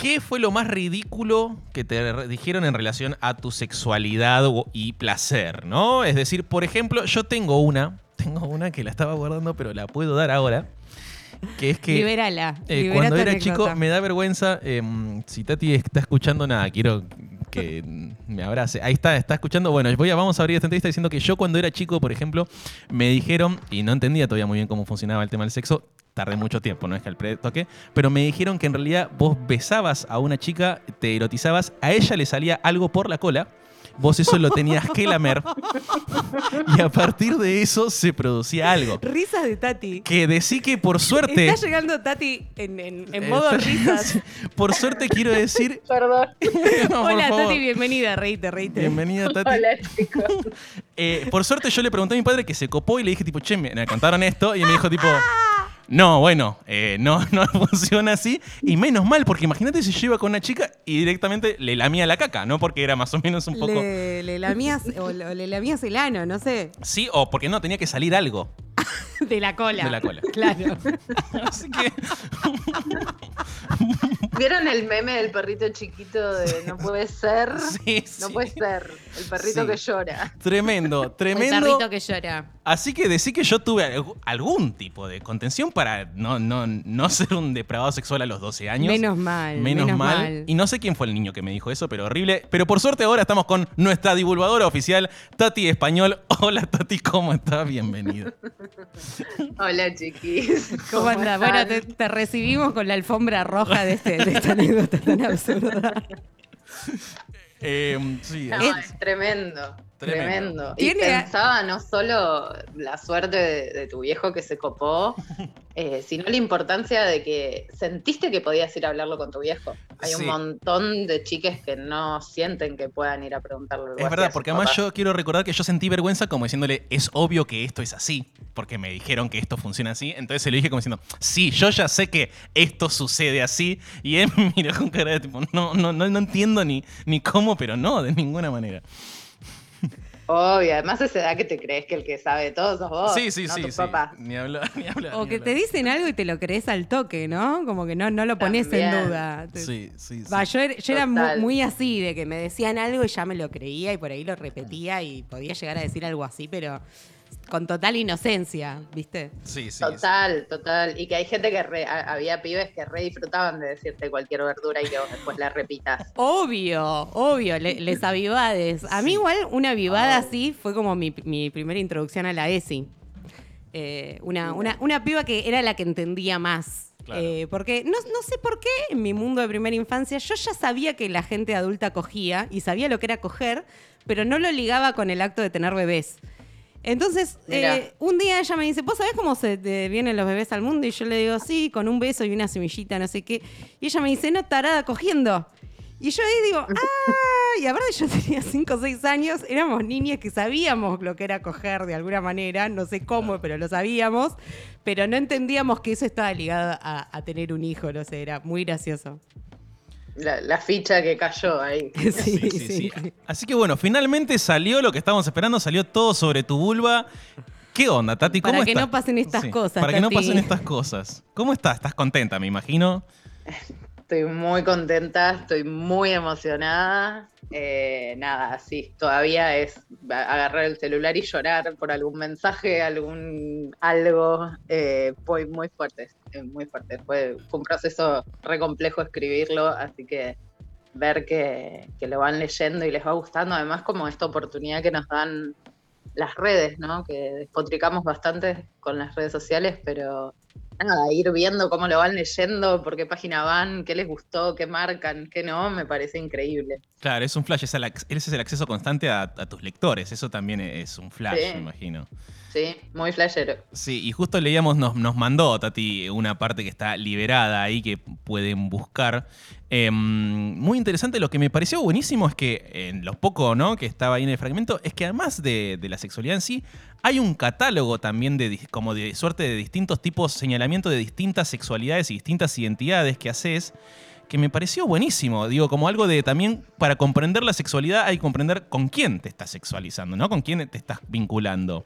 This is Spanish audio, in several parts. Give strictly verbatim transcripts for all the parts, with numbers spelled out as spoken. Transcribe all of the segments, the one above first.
¿Qué fue lo más ridículo que te dijeron en relación a tu sexualidad y placer, ¿no? Es decir, por ejemplo, yo tengo una, tengo una que la estaba guardando, pero la puedo dar ahora. Que es que Liberala, eh, libera cuando tu era anécdota. chico me da vergüenza. Eh, si Tati está escuchando, nada, quiero que me abrace. Ahí está, está escuchando. Bueno, voy a, vamos a abrir esta entrevista diciendo que yo cuando era chico, por ejemplo, me dijeron, y no entendía todavía muy bien cómo funcionaba el tema del sexo, tardé mucho tiempo, no es que al pre-toque, pero me dijeron que en realidad vos besabas a una chica, te erotizabas, a ella le salía algo por la cola, vos eso lo tenías que lamer y a partir de eso se producía algo. Risas de Tati. Que decí que por suerte... Está llegando Tati en, en, en modo Está- risas. Por suerte quiero decir... Perdón. No, por Hola favor. Tati, bienvenida, reíte, reíte. Bienvenida, Tati. Hola, chicos. Eh, por suerte yo le pregunté a mi padre que se copó y le dije tipo, che, me me contaron esto y me dijo tipo... No, bueno, eh, no, no funciona así. Y menos mal, porque imagínate si yo iba con una chica y directamente le lamía la caca, ¿no? Porque era más o menos un poco... Le, le lamías, o, le o le lamías el ano, no sé. Sí, o porque no, tenía que salir algo. De la cola. De la cola. Claro. Así que... ¿Vieron el meme del perrito chiquito de no puede ser? Sí, No sí. puede ser. El perrito Sí. que llora. Tremendo, El tremendo. perrito que llora. Así que decí que yo tuve alg- algún tipo de contención para no, no, no ser un depravado sexual a los doce años. Menos mal. Menos, menos mal. mal. Y no sé quién fue el niño que me dijo eso, pero horrible. Pero por suerte ahora estamos con nuestra divulgadora oficial, Tati Español. Hola Tati, ¿cómo estás? Bienvenida. Hola, chiquis. ¿Cómo andás? están? Bueno, te, te recibimos con la alfombra roja de, este, de esta anécdota tan absurda. Eh, sí, No, es- es tremendo. Tremendo. Tremendo. Y Tiene- pensaba no solo la suerte de, de tu viejo que se copó, eh, sino la importancia de que sentiste que podías ir a hablarlo con tu viejo. Hay Sí. un montón de chiques que no sienten que puedan ir a preguntarle algo Es así verdad, a sus porque además papás. yo quiero recordar que yo sentí vergüenza como diciéndole, es obvio que esto es así, porque me dijeron que esto funciona así. Entonces se lo dije como diciendo, sí, yo ya sé que esto sucede así. Y él me miró con cara de tipo, no, no, no, no entiendo ni, ni cómo, pero no, de ninguna manera. Obvio, además a esa edad que te crees que el que sabe todo sos vos, sí, sí, no sí, tu sí. papá. Ni hablar, ni hablar. O ni que hablar. te dicen algo y te lo crees al toque, ¿no? Como que no, no lo pones en También. duda. Te- Sí, sí, sí. Va, yo era, yo era mu- Total. muy así, de que me decían algo y ya me lo creía y por ahí lo repetía y podía llegar a decir algo así, pero con total inocencia, ¿viste? Sí, sí, Total, total. Y que hay gente que re- a- había pibes que re disfrutaban de decirte cualquier verdura y que vos después la repitas. Obvio, obvio, le- les avivades. A mí Sí. igual una avivada Oh. así fue como mi, mi primera introducción a la ESI. Eh, una, una, una piba que era la que entendía más. Claro. Eh, porque no, no sé por qué en mi mundo de primera infancia yo ya sabía que la gente adulta cogía y sabía lo que era coger, pero no lo ligaba con el acto de tener bebés. Entonces, Mirá. eh, un día ella me dice, ¿vos sabés cómo se te vienen los bebés al mundo? Y yo le digo, sí, con un beso y una semillita, no sé qué. Y ella me dice, no, tarada, cogiendo. Y yo ahí digo, ¡ah! Y aparte yo tenía cinco o seis años, éramos niñas que sabíamos lo que era coger de alguna manera, no sé cómo, pero lo sabíamos, pero no entendíamos que eso estaba ligado a, a tener un hijo, no sé, era muy gracioso. La, la ficha que cayó ahí. Sí, Sí, sí, sí. sí. Así que bueno, finalmente salió lo que estábamos esperando, salió todo sobre tu vulva. ¿Qué onda, Tati? ¿Cómo Para que estás? no pasen estas cosas, Para que no Tati. pasen estas cosas. ¿Cómo estás? ¿Estás contenta, me imagino? Estoy muy contenta, estoy muy emocionada. Eh, nada, sí, todavía es a- agarrar el celular y llorar por algún mensaje, algún algo. Eh, fue muy fuerte, eh, muy fuerte. Fue, fue un proceso re complejo escribirlo, así que ver que, que lo van leyendo y les va gustando. Además, como esta oportunidad que nos dan las redes, ¿no? Que despotricamos bastante con las redes sociales, pero nada, ir viendo cómo lo van leyendo, por qué página van, qué les gustó, qué marcan, qué no, me parece increíble. Claro, es un flash, es el ac- ese es el acceso constante a, a tus lectores, eso también es un flash, Sí. me imagino. Sí, muy flashero. Sí, y justo leíamos, nos, nos mandó Tati una parte que está liberada ahí que pueden buscar. Eh, muy interesante, lo que me pareció buenísimo es que en lo poco, ¿no?, que estaba ahí en el fragmento, es que además de, de la sexualidad en sí, hay un catálogo también de dis- como de suerte de distintos tipos, señalamiento de distintas sexualidades y distintas identidades que haces, que me pareció buenísimo. Digo, como algo de también, para comprender la sexualidad hay que comprender con quién te estás sexualizando, ¿no? Con quién te estás vinculando.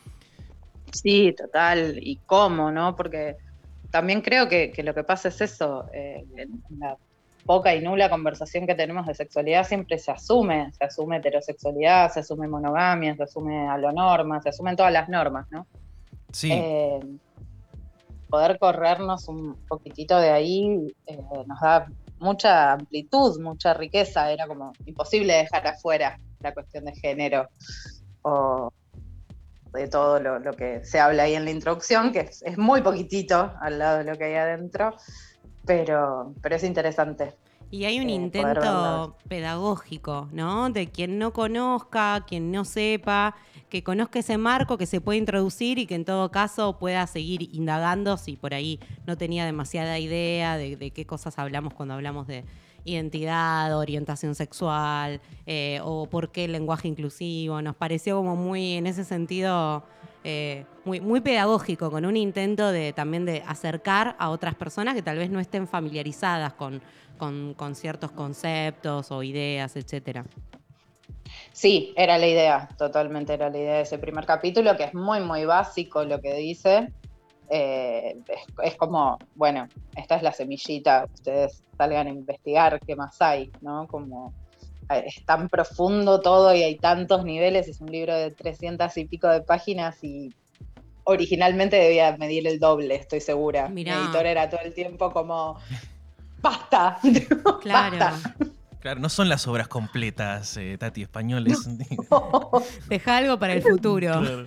Sí, total. ¿Y cómo, no? Porque también creo que, que lo que pasa es eso. eh, en la poca y nula conversación que tenemos de sexualidad siempre se asume, se asume heterosexualidad, se asume monogamia, se asume a lo norma, se asumen todas las normas, ¿no? Sí. Eh, poder corrernos un poquitito de ahí eh, nos da mucha amplitud, mucha riqueza, era como imposible dejar afuera la cuestión de género o de todo lo, lo que se habla ahí en la introducción, que es, es muy poquitito al lado de lo que hay adentro, pero, pero es interesante. Y hay un eh, intento pedagógico, ¿no? De quien no conozca, quien no sepa, que conozca ese marco, que se puede introducir y que en todo caso pueda seguir indagando si por ahí no tenía demasiada idea de, de qué cosas hablamos cuando hablamos de identidad, orientación sexual, eh, o por qué el lenguaje inclusivo. Nos pareció como muy, en ese sentido, eh, muy, muy pedagógico, con un intento de también de acercar a otras personas que tal vez no estén familiarizadas con, con, con ciertos conceptos o ideas, etcétera. Sí, era la idea, totalmente era la idea de ese primer capítulo, que es muy, muy básico lo que dice. Eh, es, es como, bueno, esta es la semillita, ustedes salgan a investigar qué más hay, ¿no? Como es tan profundo todo y hay tantos niveles, es un libro de trescientas y pico de páginas y originalmente debía medir el doble, estoy segura. Mirá. Mi editor era todo el tiempo como, ¡basta! Claro. ¡Basta! Claro, no son las obras completas, eh, Tati, españoles. Deja algo para el futuro. Claro.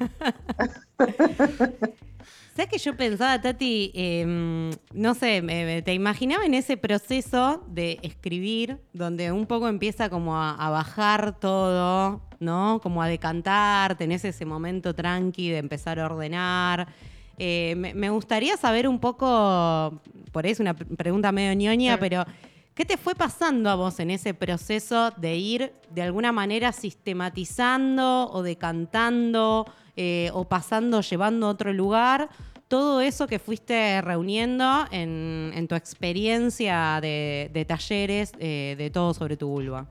¿Sabes que yo pensaba, Tati? Eh, no sé, me, me, te imaginaba en ese proceso de escribir, donde un poco empieza como a, a bajar todo, ¿no? Como a decantar, tenés ese momento tranqui de empezar a ordenar. Eh, me, me gustaría saber un poco, por ahí es una pregunta medio ñoña, sí. Pero ¿qué te fue pasando a vos en ese proceso de ir de alguna manera sistematizando o decantando eh, o pasando, llevando a otro lugar todo eso que fuiste reuniendo en, en tu experiencia de, de talleres eh, de todo sobre tu vulva?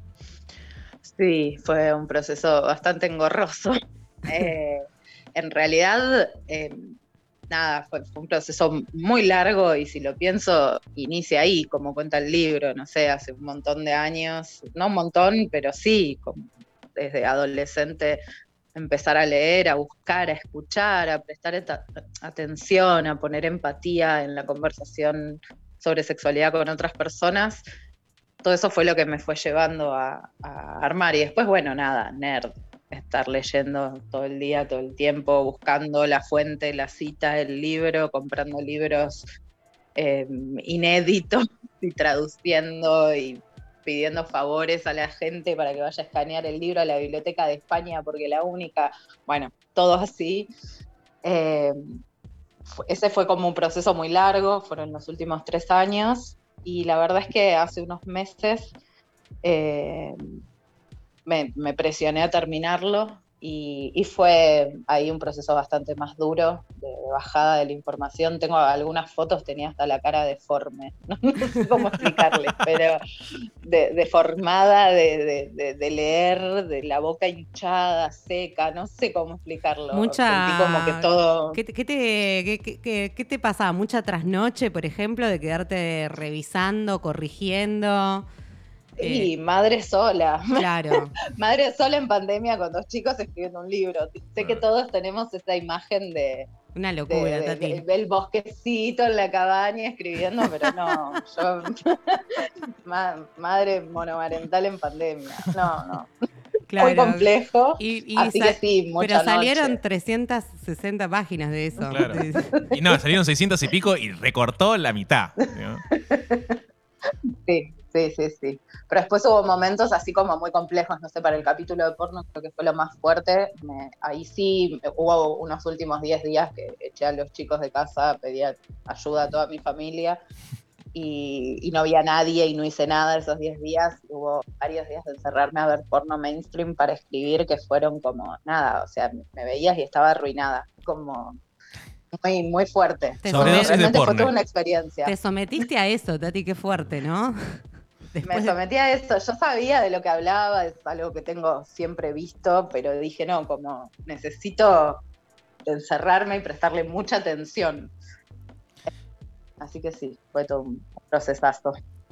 Sí, fue un proceso bastante engorroso. eh, en realidad, eh, nada, fue, fue un proceso muy largo y si lo pienso, inicia ahí, como cuenta el libro, no sé, hace un montón de años, no un montón, pero sí, como desde adolescente empezar a leer, a buscar, a escuchar, a prestar eta- atención, a poner empatía en la conversación sobre sexualidad con otras personas. Todo eso fue lo que me fue llevando a, a armar. Y después, bueno, nada, nerd. Estar leyendo todo el día, todo el tiempo, buscando la fuente, la cita, el libro, comprando libros eh, inéditos y traduciendo y pidiendo favores a la gente para que vaya a escanear el libro a la Biblioteca de España, porque la única, bueno, todo así. Eh, ese fue como un proceso muy largo, fueron los últimos tres años, y la verdad es que hace unos meses eh, me, me presioné a terminarlo, y, y fue ahí un proceso bastante más duro de bajada de la información. Tengo algunas fotos, tenía hasta la cara deforme, no, no sé cómo explicarles, pero de, deformada de, de, de, de leer, de la boca hinchada, seca, no sé cómo explicarlo. Mucha... Sentí como que todo... ¿Qué, qué, te, qué, qué, ¿Qué te pasaba? ¿Mucha trasnoche, por ejemplo, de quedarte revisando, corrigiendo? Sí, eh, madre sola. Claro. Madre sola en pandemia con dos chicos escribiendo un libro. Sé que todos tenemos esa imagen de... Una locura, de, de, Tati. de, del bosquecito en la cabaña escribiendo, pero no, yo... ma, madre monomarental en pandemia. No, no. Claro. Muy complejo. Y, y Así que sí, mucha Pero salieron noche. trescientas sesenta páginas de eso. Claro. Y no, salieron seiscientos y pico y recortó la mitad, ¿no? Sí. Sí, sí, sí. Pero después hubo momentos así como muy complejos, no sé, para el capítulo de porno creo que fue lo más fuerte. Me, ahí sí hubo unos últimos diez días que eché a los chicos de casa, pedí ayuda a toda mi familia y, y no había nadie y no hice nada esos diez días. Hubo varios días de encerrarme a ver porno mainstream para escribir que fueron como nada, o sea, me veías y estaba arruinada, como... Muy, muy fuerte. Realmente fue toda una experiencia. Te sometiste a eso, Tati, qué fuerte, ¿no? Después me sometí a eso, yo sabía de lo que hablaba, es algo que tengo siempre visto, pero dije, no, como necesito encerrarme y prestarle mucha atención. Así que sí, fue todo un procesazo.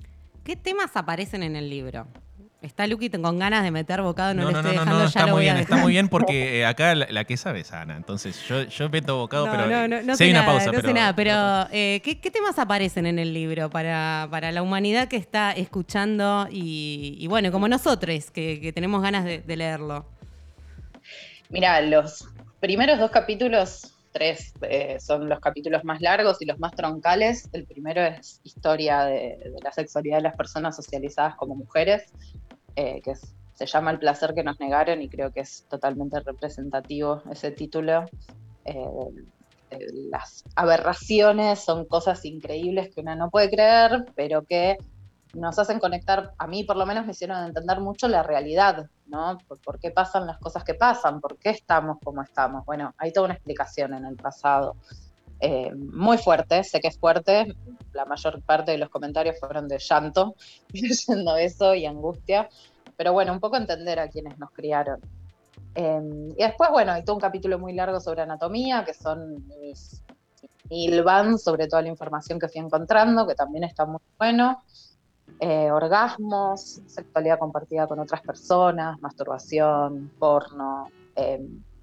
¿Qué temas aparecen en el libro? Está Luqui con ganas de meter bocado, no, No, le no, estoy no, no, dejando, no, ya está lo muy voy bien, a está dejar. muy bien porque eh, acá la, la que sabe es Ana. Entonces yo, yo meto bocado, No, pero no, no, no sí sé hay una nada, pausa. no pero, sé nada, pero eh, ¿qué, ¿qué temas aparecen en el libro para, para la humanidad que está escuchando y, y bueno, como nosotros, que, que tenemos ganas de, de leerlo? Mira, los primeros dos capítulos, tres, eh, son los capítulos más largos y los más troncales. El primero es historia de, de la sexualidad de las personas socializadas como mujeres, eh, que es, se llama El placer que nos negaron y creo que es totalmente representativo ese título. Eh, eh, las aberraciones son cosas increíbles que uno no puede creer, pero que nos hacen conectar, a mí por lo menos me hicieron entender mucho la realidad, ¿no? Por, por qué pasan las cosas que pasan, por qué estamos como estamos. Bueno, hay toda una explicación en el pasado. Eh, muy fuerte, sé que es fuerte, la mayor parte de los comentarios fueron de llanto, leyendo eso y angustia, pero bueno, un poco entender a quienes nos criaron. Eh, y después, bueno, hay todo un capítulo muy largo sobre anatomía, que son mis mil van sobre toda la información que fui encontrando, que también está muy bueno. Eh, orgasmos, sexualidad compartida con otras personas, masturbación, porno, eh,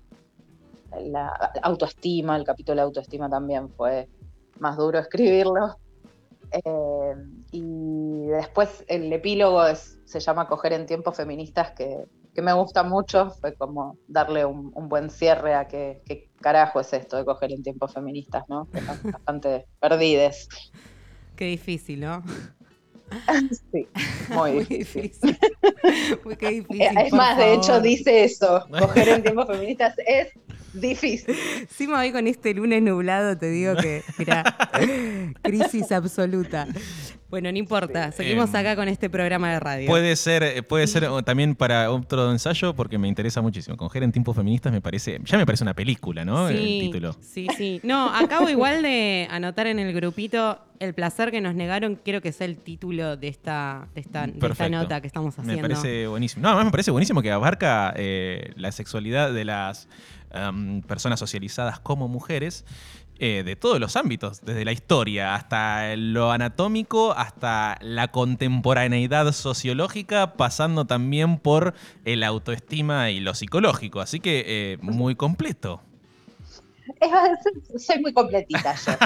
la autoestima, el capítulo de autoestima también fue más duro escribirlo. Eh, y después el epílogo es, se llama Coger en tiempos feministas, que, que me gusta mucho, fue como darle un, un buen cierre a qué, qué carajo es esto de coger en tiempos feministas, ¿no? Que están bastante perdides. Qué difícil, ¿no? Sí, muy, Muy difícil. difícil. Muy qué difícil. Es por más, de hecho, favor. dice eso. Coger en tiempos feministas es difícil. Encima hoy con este lunes nublado te digo que, mira, crisis absoluta. Bueno, no importa, seguimos Eh, acá con este programa de radio. Puede ser, puede ser también para otro ensayo porque me interesa muchísimo. Coger en tiempos feministas me parece, ya me parece una película, ¿no? Sí, El título. sí, sí. No, acabo igual de anotar en el grupito El placer que nos negaron, quiero que sea el título de esta, de esta, de esta nota que estamos haciendo. Me parece buenísimo. No, además me parece buenísimo que abarca eh, la sexualidad de las um, personas socializadas como mujeres. Eh, de todos los ámbitos, desde la historia hasta lo anatómico, hasta la contemporaneidad sociológica, pasando también por el autoestima y lo psicológico. Así que eh, muy completo. Soy muy completita yo.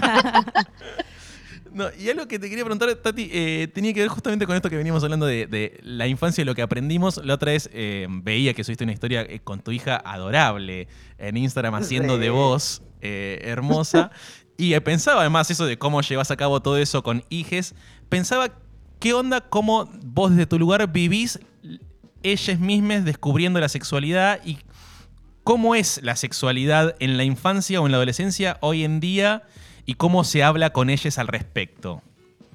No, y algo que te quería preguntar, Tati, eh, tenía que ver justamente con esto que veníamos hablando de, de la infancia y lo que aprendimos. La otra vez eh, veía que subiste una historia eh, con tu hija adorable en Instagram haciendo Sí. de voz eh, hermosa. Y eh, pensaba además eso de cómo llevas a cabo todo eso con hijes. Pensaba, ¿qué onda cómo vos desde tu lugar vivís ellas mismas descubriendo la sexualidad y cómo es la sexualidad en la infancia o en la adolescencia hoy en día? ¿Y cómo se habla con ellas al respecto?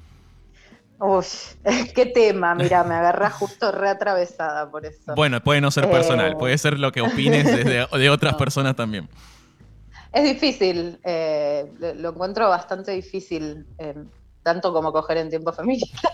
Uy, qué tema, mira, me agarrás justo reatravesada por eso. Bueno, puede no ser Eh, personal, puede ser lo que opines desde, de otras No. personas también. Es difícil, eh, lo, lo encuentro bastante difícil, eh, tanto como coger en tiempo feminista.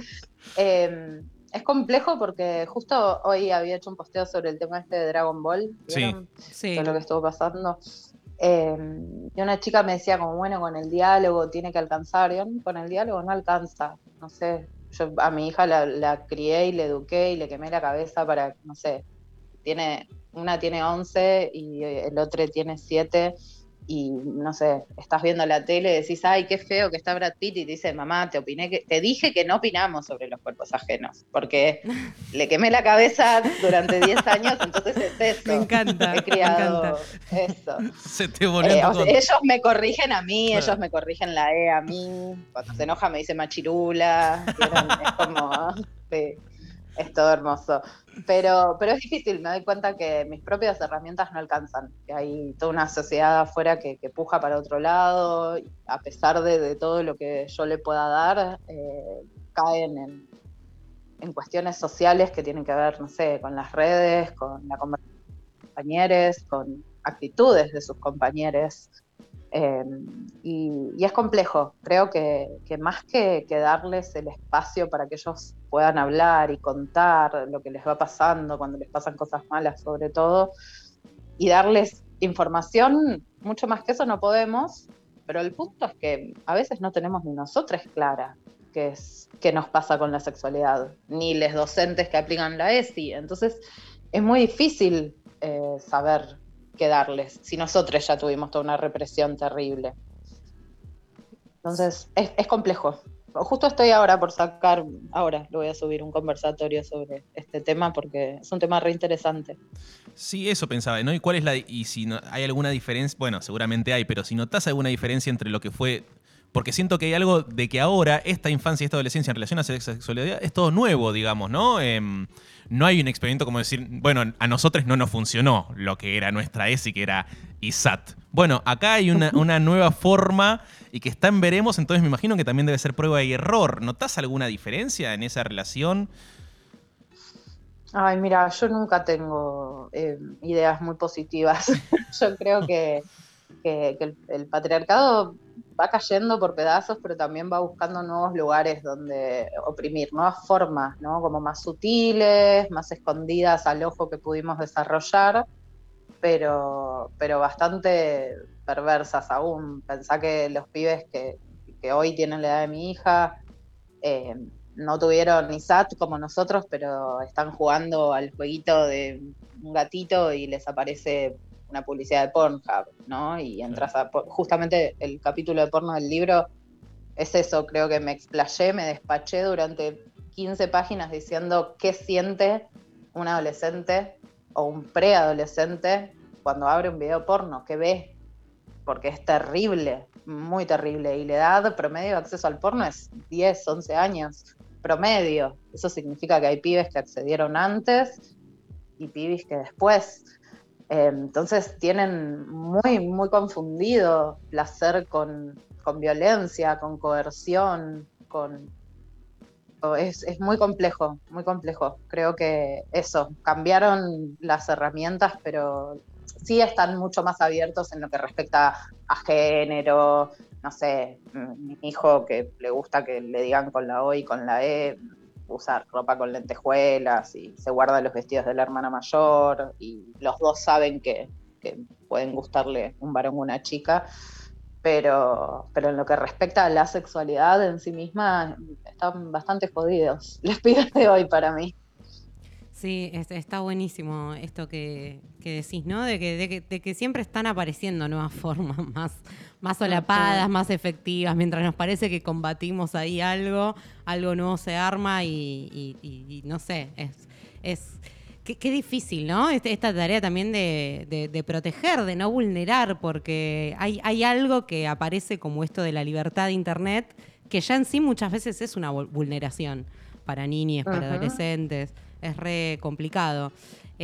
eh, es complejo porque justo hoy había hecho un posteo sobre el tema este de Dragon Ball, ¿vieron? Sí. Todo lo que estuvo pasando. Eh, y una chica me decía como, bueno, con el diálogo tiene que alcanzar. Y yo, con el diálogo no alcanza. No sé, yo a mi hija la, la crié y la eduqué y le quemé la cabeza para, no sé, tiene, una tiene once y el otro tiene siete. Y no sé, estás viendo la tele y decís, ay, qué feo que está Brad Pitt, y te dice, mamá, te opiné que, te dije que no opinamos sobre los cuerpos ajenos, porque le quemé la cabeza durante diez años, entonces es eso. Me encanta, He criado me encanta. eso. Se te volvió Eh, en o tu sea, contra. ellos me corrigen a mí, Claro. ellos me corrigen la E a mí, cuando se enoja me dice machirula, ¿vieron? Es como, sí, es todo hermoso. Pero, pero es difícil, me doy cuenta que mis propias herramientas no alcanzan, que hay toda una sociedad afuera que, que puja para otro lado, y a pesar de, de todo lo que yo le pueda dar, eh, caen en, en cuestiones sociales que tienen que ver, no sé, con las redes, con la conversación con sus compañeros, con actitudes de sus compañeros. Eh, y, y es complejo, creo que, que más que, que darles el espacio para que ellos puedan hablar y contar lo que les va pasando, cuando les pasan cosas malas sobre todo, y darles información, mucho más que eso no podemos, pero el punto es que a veces no tenemos ni nosotras clara qué es, qué nos pasa con la sexualidad, ni los docentes que aplican la ESI. Entonces es muy difícil eh, saber qué darles, si nosotros ya tuvimos toda una represión terrible. Entonces es, es complejo. Justo estoy ahora por sacar, ahora lo voy a subir un conversatorio sobre este tema porque es un tema re interesante. Sí, eso pensaba, ¿no? ¿Y cuál es la y si no, hay alguna diferencia? Bueno, seguramente hay, pero si notás alguna diferencia entre lo que fue, porque siento que hay algo de que ahora esta infancia y esta adolescencia en relación a la sexualidad es todo nuevo, digamos, ¿no? Eh, no hay un experimento como decir, bueno, a nosotros no nos funcionó lo que era nuestra ESI, que era I S A T. Bueno, acá hay una, una nueva forma y que está en veremos, entonces me imagino que también debe ser prueba y error. ¿Notás alguna diferencia en esa relación? Ay, mira, yo nunca tengo eh, ideas muy positivas. Yo creo que, que, que el, el patriarcado va cayendo por pedazos, pero también va buscando nuevos lugares donde oprimir, nuevas formas, ¿no? Como más sutiles, más escondidas al ojo que pudimos desarrollar, pero, pero bastante perversas aún. Pensá que los pibes que, que hoy tienen la edad de mi hija eh, no tuvieron I S A T como nosotros, pero están jugando al jueguito de un gatito y les aparece una publicidad de Pornhub, ¿no? Y entras a... Justamente el capítulo de porno del libro es eso, creo que me explayé, me despaché durante quince páginas diciendo qué siente un adolescente o un preadolescente cuando abre un video porno, qué ve, porque es terrible, muy terrible, y la edad promedio de acceso al porno es diez, once años, promedio. Eso significa que hay pibes que accedieron antes y pibes que después. Eh, entonces tienen muy, muy confundido placer con, con violencia, con coerción, con... Es, es muy complejo, muy complejo. Creo que eso, cambiaron las herramientas, pero sí están mucho más abiertos en lo que respecta a género. No sé, mi hijo que le gusta que le digan con la O y con la E, usar ropa con lentejuelas y se guarda los vestidos de la hermana mayor y los dos saben que, que pueden gustarle un varón o una chica, pero, pero en lo que respecta a la sexualidad en sí misma están bastante jodidos los pibes de hoy para mí. Sí, es, está buenísimo esto que, que decís, ¿no? De que, de, que, de que siempre están apareciendo nuevas formas más, más solapadas, más efectivas. Mientras nos parece que combatimos ahí algo, algo nuevo se arma y, y, y, y no sé, es... es Qué, qué difícil, ¿no? Este, esta tarea también de, de, de proteger, de no vulnerar, porque hay, hay algo que aparece como esto de la libertad de Internet, que ya en sí muchas veces es una vulneración para niñas, para uh-huh. adolescentes. Es re complicado.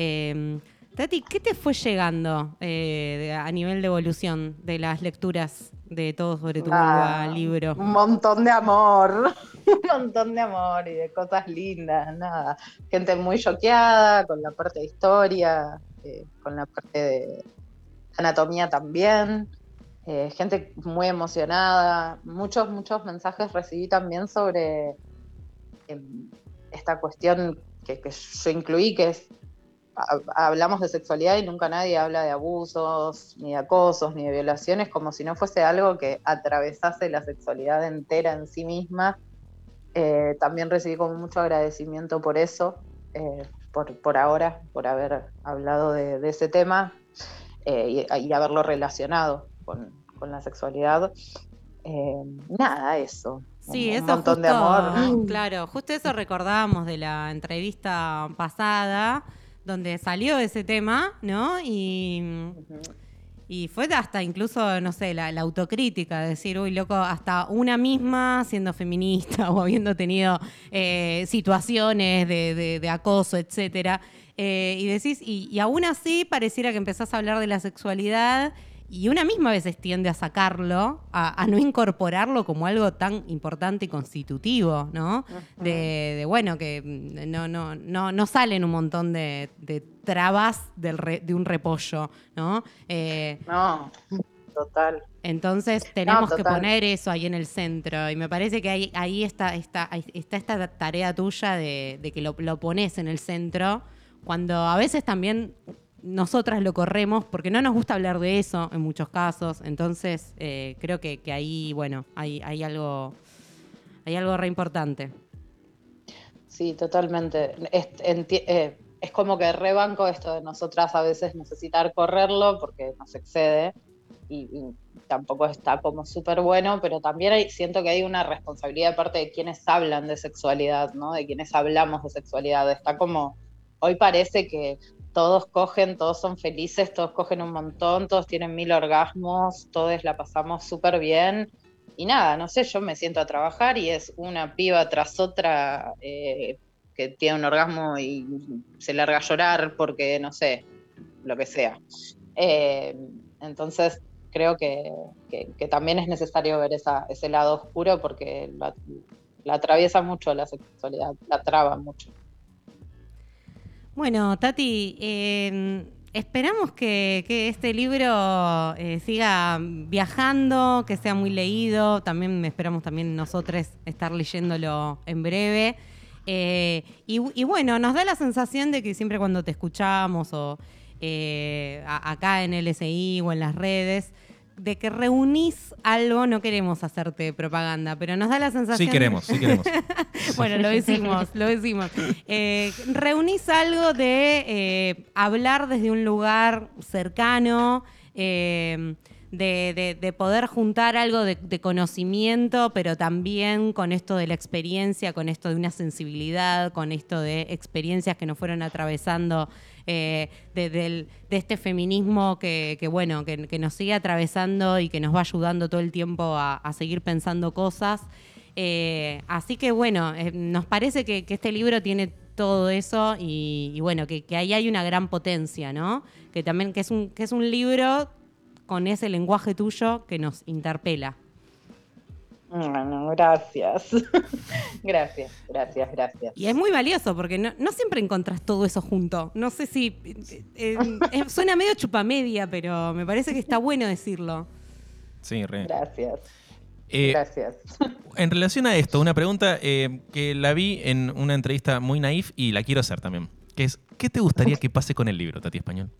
Eh, Tati, ¿qué te fue llegando eh, de, a nivel de evolución de las lecturas de Todo sobre tu vulva, ah, libro? Un montón de amor, un montón de amor y de cosas lindas, nada. Gente muy choqueada con la parte de historia, eh, con la parte de anatomía también. Eh, gente muy emocionada. Muchos, muchos mensajes recibí también sobre eh, esta cuestión que, que yo incluí, que es hablamos de sexualidad y nunca nadie habla de abusos, ni de acosos, ni de violaciones, como si no fuese algo que atravesase la sexualidad entera en sí misma. Eh, también recibí con mucho agradecimiento por eso, eh, por, por ahora, por haber hablado de, de ese tema eh, y, y haberlo relacionado con, con la sexualidad. Eh, nada, eso. Sí, un, eso un montón justo, de amor. Claro, justo eso recordábamos de la entrevista pasada, donde salió ese tema, ¿no? Y, uh-huh. y fue hasta incluso, no sé, la, la autocrítica, de decir, uy, loco, hasta una misma siendo feminista o habiendo tenido eh, situaciones de, de, de acoso, etcétera. Eh, y decís, y, y aún así pareciera que empezás a hablar de la sexualidad y una misma a veces tiende a sacarlo, a, a no incorporarlo como algo tan importante y constitutivo, ¿no? Uh-huh. De, de, bueno, que no, no, no, no salen un montón de, de trabas del re, de un repollo, ¿no? Eh, no, total. Entonces tenemos no, que poner eso ahí en el centro. Y me parece que ahí, ahí está, está, está esta tarea tuya de, de que lo, lo pones en el centro, cuando a veces también... nosotras lo corremos porque no nos gusta hablar de eso en muchos casos. Entonces, eh, creo que, que ahí, bueno, hay, hay algo Hay algo re importante. Sí, totalmente. Es, enti- eh, es como que rebanco esto de nosotras a veces necesitar correrlo porque nos excede y, y tampoco está como súper bueno, pero también hay, siento que hay una responsabilidad de parte de quienes hablan de sexualidad, ¿no? De quienes hablamos de sexualidad. Está como, hoy parece que todos cogen, todos son felices, todos cogen un montón, todos tienen mil orgasmos, todos la pasamos súper bien. Y nada, no sé, yo me siento a trabajar y es una piba tras otra eh, que tiene un orgasmo y se larga a llorar porque, no sé, lo que sea. Eh, entonces, creo que, que, que también es necesario ver esa, ese lado oscuro porque la, la atraviesa mucho la sexualidad, la traba mucho. Bueno, Tati, eh, esperamos que, que este libro eh, siga viajando, que sea muy leído. También esperamos también nosotros estar leyéndolo en breve. Eh, y, y bueno, nos da la sensación de que siempre cuando te escuchamos o eh, a, acá en L S I o en las redes, de que reunís algo, no queremos hacerte propaganda, pero nos da la sensación... Sí queremos, sí queremos. Bueno, lo decimos, lo decimos. Eh, reunís algo de eh, hablar desde un lugar cercano, eh, de, de, de poder juntar algo de, de conocimiento, pero también con esto de la experiencia, con esto de una sensibilidad, con esto de experiencias que nos fueron atravesando eh, de, del, de este feminismo que, que bueno, que, que nos sigue atravesando y que nos va ayudando todo el tiempo a, a seguir pensando cosas. Eh, así que bueno, eh, nos parece que, que este libro tiene todo eso y, y bueno, que, que ahí hay una gran potencia, ¿no? Que también que es un, que es un libro con ese lenguaje tuyo que nos interpela. Bueno, gracias. Gracias, gracias, gracias. Y es muy valioso porque no, no siempre encontrás todo eso junto. No sé si... Eh, eh, eh, suena medio chupamedia, pero me parece que está bueno decirlo. Sí, re. Gracias. Eh, Gracias. En relación a esto, una pregunta eh, que la vi en una entrevista muy naif y la quiero hacer también, que es, ¿qué te gustaría que pase con el libro, Tati Español?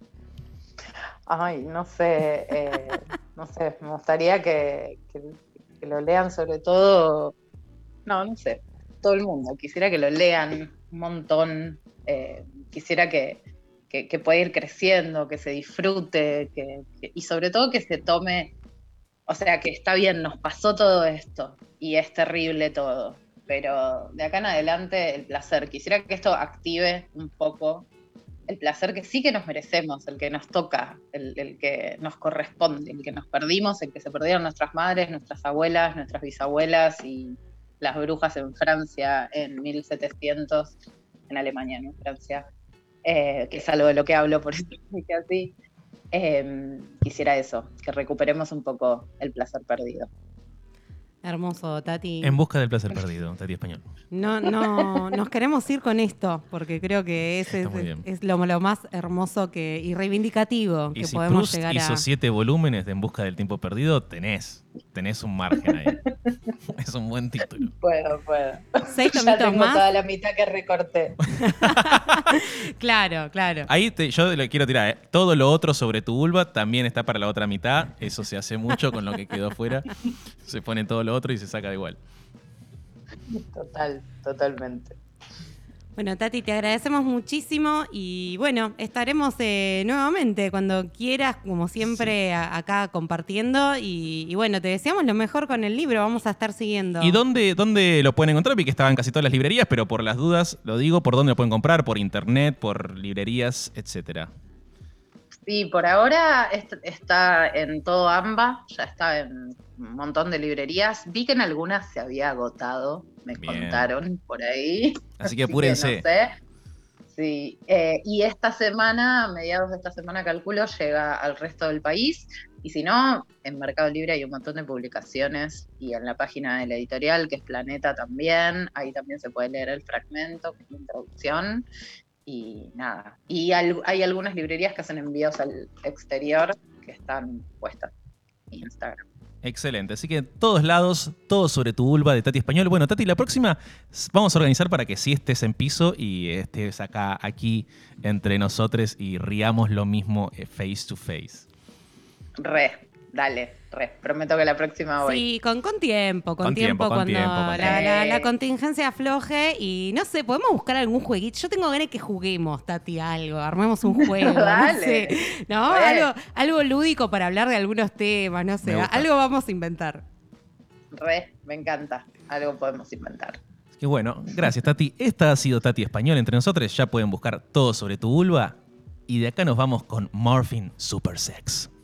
Ay, no sé, eh, no sé, me gustaría que, que, que lo lean sobre todo, no, no sé, todo el mundo, quisiera que lo lean un montón, eh, quisiera que, que, que pueda ir creciendo, que se disfrute, que, que, y sobre todo que se tome, o sea, que está bien, nos pasó todo esto y es terrible todo, pero de acá en adelante el placer, quisiera que esto active un poco el placer que sí que nos merecemos, el que nos toca, el, el que nos corresponde, el que nos perdimos, el que se perdieron nuestras madres, nuestras abuelas, nuestras bisabuelas y las brujas en Francia en mil setecientos, en Alemania, ¿no? Francia, eh, que es algo de lo que hablo, por eso dije así. Eh, quisiera eso, que recuperemos un poco el placer perdido. Hermoso, Tati. En busca del placer perdido, Tati Español. No, no, nos queremos ir con esto, porque creo que ese es, es lo, lo más hermoso que, y reivindicativo y que si podemos Proust llegar hizo a... siete volúmenes de En busca del tiempo perdido, tenés, tenés un margen ahí. Es un buen título. Puedo, puedo. ¿Seis ya tomitos tengo más? toda la mitad que recorté. Claro, claro. Ahí te, yo le quiero tirar, ¿eh? Todo lo otro sobre tu vulva también está para la otra mitad. Eso se hace mucho con lo que quedó fuera. Se pone todo lo otro y se saca de igual. Total, totalmente. Bueno, Tati, te agradecemos muchísimo y bueno, estaremos eh, nuevamente cuando quieras, como siempre, sí. a, acá compartiendo y, y bueno, te deseamos lo mejor con el libro, vamos a estar siguiendo. ¿Y dónde, dónde lo pueden encontrar? Vi que estaba en casi todas las librerías, pero por las dudas lo digo, ¿por dónde lo pueden comprar? ¿Por internet, por librerías, etcétera? Sí, por ahora está en todo AMBA, ya está en un montón de librerías. Vi que en algunas se había agotado, me Bien. contaron por ahí. Así que apúrense. No sé. Sí, eh, y esta semana, a mediados de esta semana calculo, llega al resto del país. Y si no, en Mercado Libre hay un montón de publicaciones y en la página de la editorial, que es Planeta también, ahí también se puede leer el fragmento, que es la introducción. Y nada, y al, hay algunas librerías que hacen envíos al exterior que están puestas en Instagram. Excelente, así que todos lados, todo sobre tu vulva de Tati Español. Bueno, Tati, la próxima vamos a organizar para que sí estés en piso y estés acá, aquí, entre nosotros y riamos lo mismo face to face. Re, Dale, re, prometo que la próxima voy. Sí, con, con tiempo, con, Con tiempo, tiempo, con cuando tiempo, con la, tiempo. la- la contingencia afloje y no sé, podemos buscar algún jueguito. Yo tengo ganas de que juguemos, Tati, algo, armemos un juego, no Dale. sé, ¿no? Re. Algo, algo lúdico para hablar de algunos temas, no sé, Me gusta. algo vamos a inventar. Re, me encanta. Algo podemos inventar. Y bueno, gracias, Tati. Esta ha sido Tati Español entre nosotros. Ya pueden buscar todo sobre tu vulva. Y de acá nos vamos con Morphine Super Sex.